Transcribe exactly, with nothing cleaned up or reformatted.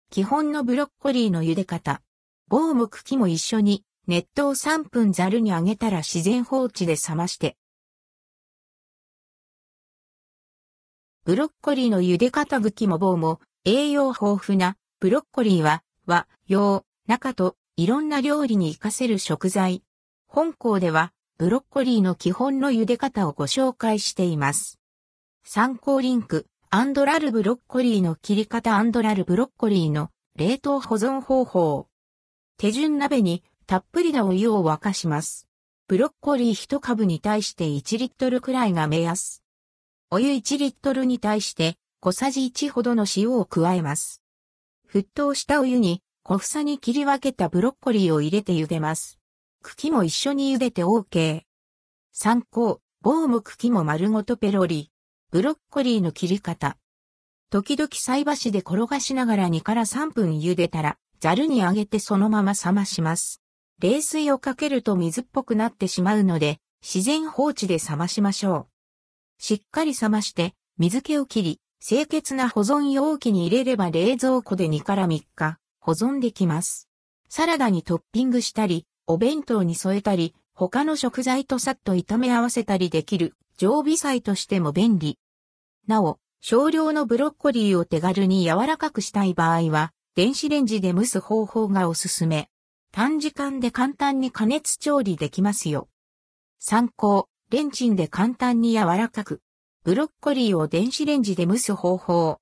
基本のブロッコリーの茹で方。棒も茎も一緒に熱湯さんぷんざるにあげたら自然放置で冷まして。ブロッコリーの茹で方茎も棒も栄養豊富なブロッコリーは和、洋、中といろんな料理に活かせる食材。本校ではブロッコリーの基本の茹で方をご紹介しています。参考リンク、アンドラルブロッコリーの切り方アンドラルブロッコリーの冷凍保存方法。手順鍋にたっぷりなお湯を沸かします。ブロッコリーいち株に対していちリットルくらいが目安。お湯いちリットルに対して小さじいちほどの塩を加えます。沸騰したお湯に小房に切り分けたブロッコリーを入れて茹でます。茎も一緒に茹でて OK。参考、棒も茎も丸ごとペロリ。ブロッコリーの切り方。時々菜箸で転がしながらにからさんぷん茹でたら、ざるにあげてそのまま冷まします。冷水をかけると水っぽくなってしまうので、自然放置で冷ましましょう。しっかり冷まして、水気を切り、清潔な保存容器に入れれば冷蔵庫でにからみっか保存できます。サラダにトッピングしたり、お弁当に添えたり、他の食材とさっと炒め合わせたりできる常備菜としても便利。なお、少量のブロッコリーを手軽に柔らかくしたい場合は、電子レンジで蒸す方法がおすすめ。短時間で簡単に加熱調理できますよ。参考、レンチンで簡単に柔らかく。ブロッコリーを電子レンジで蒸す方法。